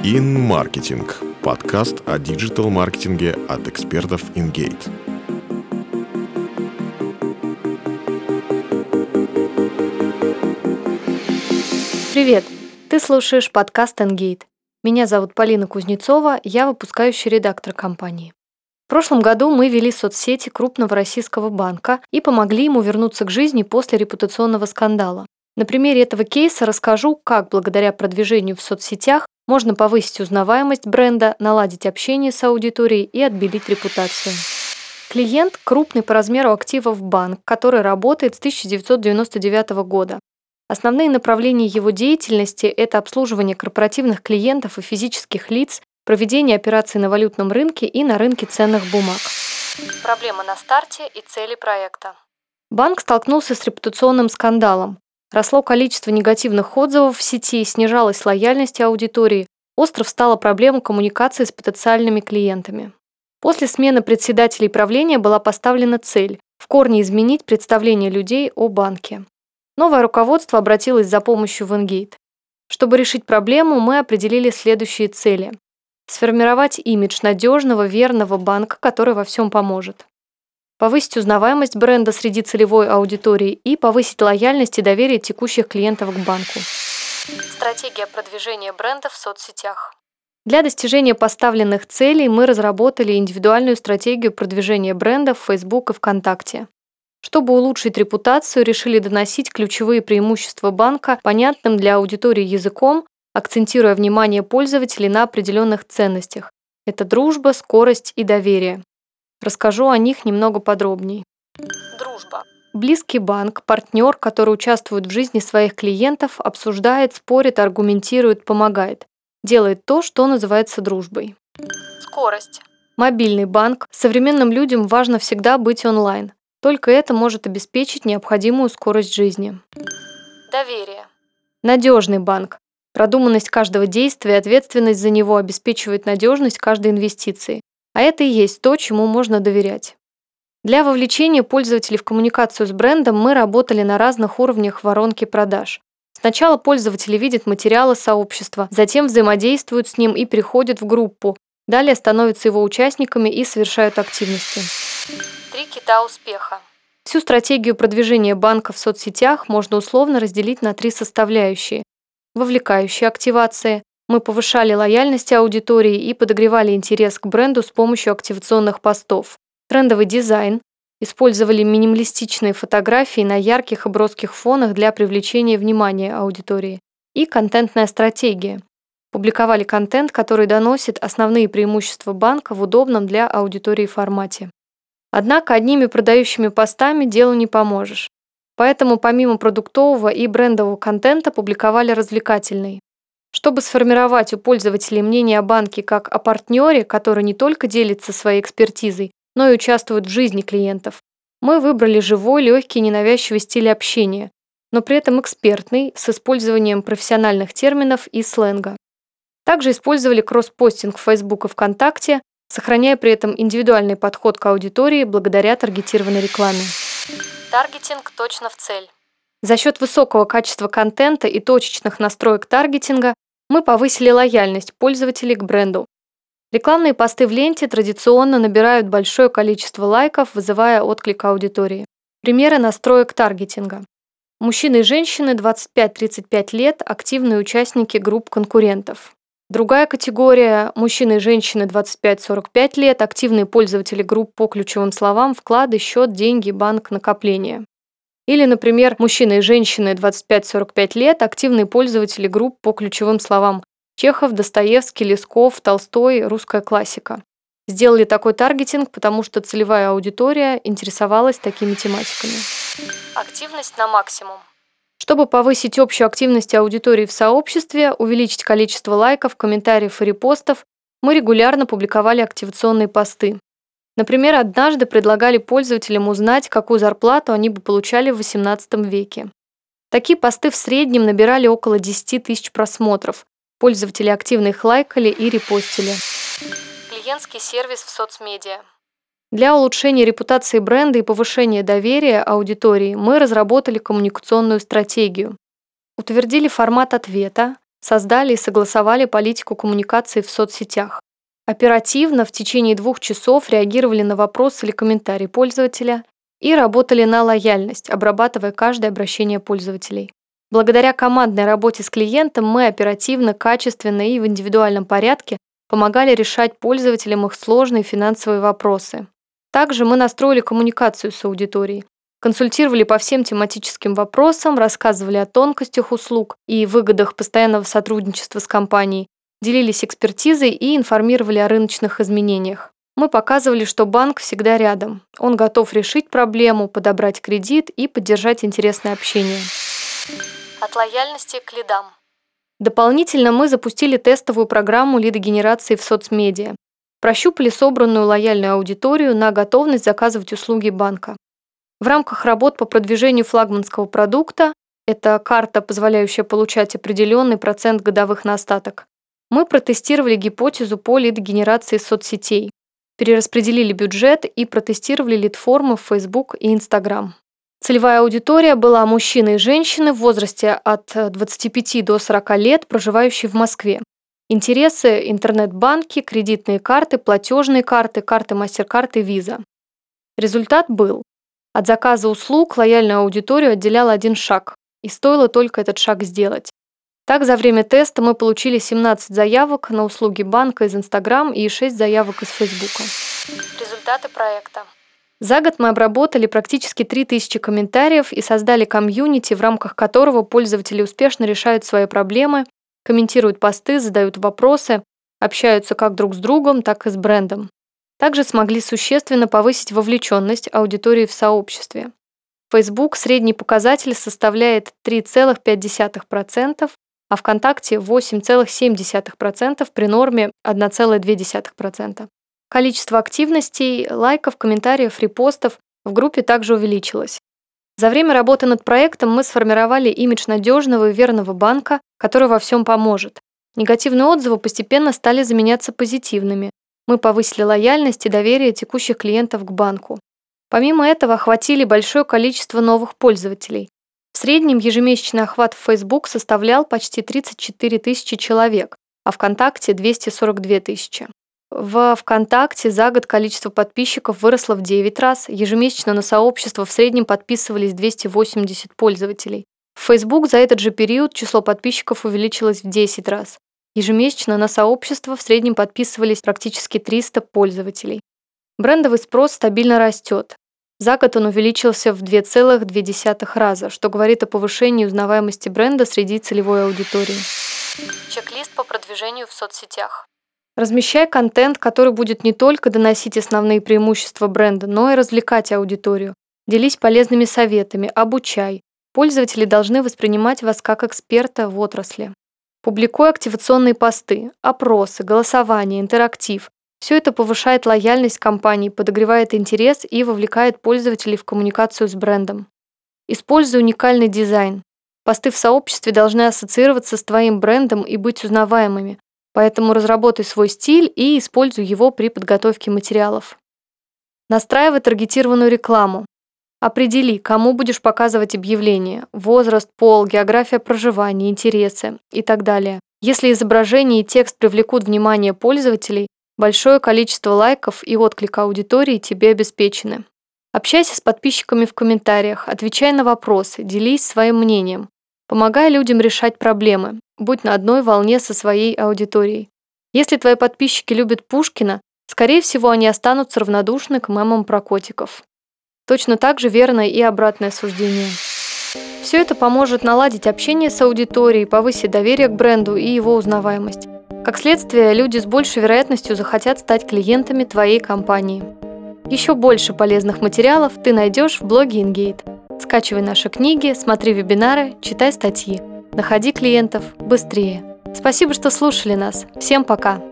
InMarketing – подкаст о диджитал-маркетинге от экспертов InGate. Привет! Ты слушаешь подкаст InGate. Меня зовут Полина Кузнецова, я выпускающий редактор компании. В прошлом году мы вели соцсети крупного российского банка и помогли ему вернуться к жизни после репутационного скандала. На примере этого кейса расскажу, как благодаря продвижению в соцсетях можно повысить узнаваемость бренда, наладить общение с аудиторией и отбелить репутацию. Клиент – крупный по размеру активов банк, который работает с 1999 года. Основные направления его деятельности – это обслуживание корпоративных клиентов и физических лиц, проведение операций на валютном рынке и на рынке ценных бумаг. Проблемы на старте и цели проекта. Банк столкнулся с репутационным скандалом. Росло количество негативных отзывов в сети, снижалась лояльность аудитории, остро встала проблема коммуникации с потенциальными клиентами. После смены председателей правления была поставлена цель – в корне изменить представление людей о банке. Новое руководство обратилось за помощью в InGate. Чтобы решить проблему, мы определили следующие цели. Сформировать имидж надежного, верного банка, который во всем поможет. Повысить узнаваемость бренда среди целевой аудитории и повысить лояльность и доверие текущих клиентов к банку. Стратегия продвижения бренда в соцсетях. Для достижения поставленных целей мы разработали индивидуальную стратегию продвижения бренда в Facebook и ВКонтакте. Чтобы улучшить репутацию, решили доносить ключевые преимущества банка понятным для аудитории языком, акцентируя внимание пользователей на определенных ценностях. Это дружба, скорость и доверие. Расскажу о них немного подробнее. Дружба. Близкий банк, партнер, который участвует в жизни своих клиентов, обсуждает, спорит, аргументирует, помогает. Делает то, что называется дружбой. Скорость. Мобильный банк. Современным людям важно всегда быть онлайн. Только это может обеспечить необходимую скорость жизни. Доверие. Надежный банк. Продуманность каждого действия и ответственность за него обеспечивает надежность каждой инвестиции. А это и есть то, чему можно доверять. Для вовлечения пользователей в коммуникацию с брендом мы работали на разных уровнях воронки продаж. Сначала пользователи видят материалы сообщества, затем взаимодействуют с ним и переходят в группу, далее становятся его участниками и совершают активности. 3 кита успеха. Всю стратегию продвижения банка в соцсетях можно условно разделить на 3 составляющие. Вовлекающая активация. Мы повышали лояльность аудитории и подогревали интерес к бренду с помощью активационных постов. Трендовый дизайн. Использовали минималистичные фотографии на ярких и броских фонах для привлечения внимания аудитории. И контентная стратегия. Публиковали контент, который доносит основные преимущества банка в удобном для аудитории формате. Однако одними продающими постами делу не поможешь. Поэтому помимо продуктового и брендового контента публиковали развлекательный. Чтобы сформировать у пользователей мнение о банке как о партнере, который не только делится своей экспертизой, но и участвует в жизни клиентов, мы выбрали живой, легкий, ненавязчивый стиль общения, но при этом экспертный, с использованием профессиональных терминов и сленга. Также использовали кросс-постинг в Facebook и ВКонтакте, сохраняя при этом индивидуальный подход к аудитории благодаря таргетированной рекламе. Таргетинг точно в цель. За счет высокого качества контента и точечных настроек таргетинга мы повысили лояльность пользователей к бренду. Рекламные посты в ленте традиционно набирают большое количество лайков, вызывая отклик аудитории. Примеры настроек таргетинга. Мужчины и женщины 25-35 лет – активные участники групп конкурентов. Другая категория – мужчины и женщины 25-45 лет, активные пользователи групп по ключевым словам «вклады», «счет», «деньги», «банк», «накопление». Или, например, мужчины и женщины 25-45 лет, активные пользователи групп по ключевым словам Чехов, Достоевский, Лесков, Толстой, русская классика. Сделали такой таргетинг, потому что целевая аудитория интересовалась такими тематиками. Активность на максимум. Чтобы повысить общую активность аудитории в сообществе, увеличить количество лайков, комментариев и репостов, мы регулярно публиковали активационные посты. Например, однажды предлагали пользователям узнать, какую зарплату они бы получали в XVIII веке. Такие посты в среднем набирали около 10 тысяч просмотров. Пользователи активно их лайкали и репостили. Клиентский сервис в соцмедиа. Для улучшения репутации бренда и повышения доверия аудитории мы разработали коммуникационную стратегию. Утвердили формат ответа, создали и согласовали политику коммуникации в соцсетях. Оперативно в течение 2 часов реагировали на вопросы или комментарии пользователя и работали на лояльность, обрабатывая каждое обращение пользователей. Благодаря командной работе с клиентом мы оперативно, качественно и в индивидуальном порядке помогали решать пользователям их сложные финансовые вопросы. Также мы настроили коммуникацию с аудиторией, консультировали по всем тематическим вопросам, рассказывали о тонкостях услуг и выгодах постоянного сотрудничества с компанией, делились экспертизой и информировали о рыночных изменениях. Мы показывали, что банк всегда рядом. Он готов решить проблему, подобрать кредит и поддержать интересное общение. От лояльности к лидам. Дополнительно мы запустили тестовую программу лидогенерации в соцмедиа. Прощупали собранную лояльную аудиторию на готовность заказывать услуги банка. В рамках работ по продвижению флагманского продукта, это карта, позволяющая получать определенный процент годовых на остаток, мы протестировали гипотезу по лидогенерации соцсетей, перераспределили бюджет и протестировали лид-формы в Facebook и Instagram. Целевая аудитория была мужчины и женщины в возрасте от 25 до 40 лет, проживающие в Москве. Интересы – интернет-банки, кредитные карты, платежные карты, карты MasterCard и Visa. Результат был. От заказа услуг лояльную аудиторию отделял 1 шаг, и стоило только этот шаг сделать. Так, за время теста мы получили 17 заявок на услуги банка из Instagram и 6 заявок из Facebook. Результаты проекта. За год мы обработали практически 3000 комментариев и создали комьюнити, в рамках которого пользователи успешно решают свои проблемы, комментируют посты, задают вопросы, общаются как друг с другом, так и с брендом. Также смогли существенно повысить вовлеченность аудитории в сообществе. В Facebook средний показатель составляет 3,5%, а ВКонтакте 8,7% при норме 1,2%. Количество активностей, лайков, комментариев, репостов в группе также увеличилось. За время работы над проектом мы сформировали имидж надежного и верного банка, который во всем поможет. Негативные отзывы постепенно стали заменяться позитивными. Мы повысили лояльность и доверие текущих клиентов к банку. Помимо этого, охватили большое количество новых пользователей. В среднем ежемесячный охват в Facebook составлял почти 34 тысячи человек, а ВКонтакте – 242 тысячи. В ВКонтакте за год количество подписчиков выросло в 9 раз, ежемесячно на сообщество в среднем подписывались 280 пользователей. В Facebook за этот же период число подписчиков увеличилось в 10 раз. Ежемесячно на сообщество в среднем подписывались практически 300 пользователей. Брендовый спрос стабильно растет. За год он увеличился в 2,2 раза, что говорит о повышении узнаваемости бренда среди целевой аудитории. Чек-лист по продвижению в соцсетях. Размещай контент, который будет не только доносить основные преимущества бренда, но и развлекать аудиторию. Делись полезными советами, обучай. Пользователи должны воспринимать вас как эксперта в отрасли. Публикуй активационные посты, опросы, голосование, интерактив. Все это повышает лояльность компании, подогревает интерес и вовлекает пользователей в коммуникацию с брендом. Используй уникальный дизайн. Посты в сообществе должны ассоциироваться с твоим брендом и быть узнаваемыми. Поэтому разработай свой стиль и используй его при подготовке материалов. Настраивай таргетированную рекламу. Определи, кому будешь показывать объявления: возраст, пол, география проживания, интересы и так далее. Если изображение и текст привлекут внимание пользователей, большое количество лайков и отклик аудитории тебе обеспечены. Общайся с подписчиками в комментариях, отвечай на вопросы, делись своим мнением. Помогай людям решать проблемы, будь на одной волне со своей аудиторией. Если твои подписчики любят Пушкина, скорее всего, они останутся равнодушны к мемам про котиков. Точно так же верно и обратное суждение. Все это поможет наладить общение с аудиторией, повысить доверие к бренду и его узнаваемость. Как следствие, люди с большей вероятностью захотят стать клиентами твоей компании. Еще больше полезных материалов ты найдешь в блоге InGate. Скачивай наши книги, смотри вебинары, читай статьи. Находи клиентов быстрее. Спасибо, что слушали нас. Всем пока!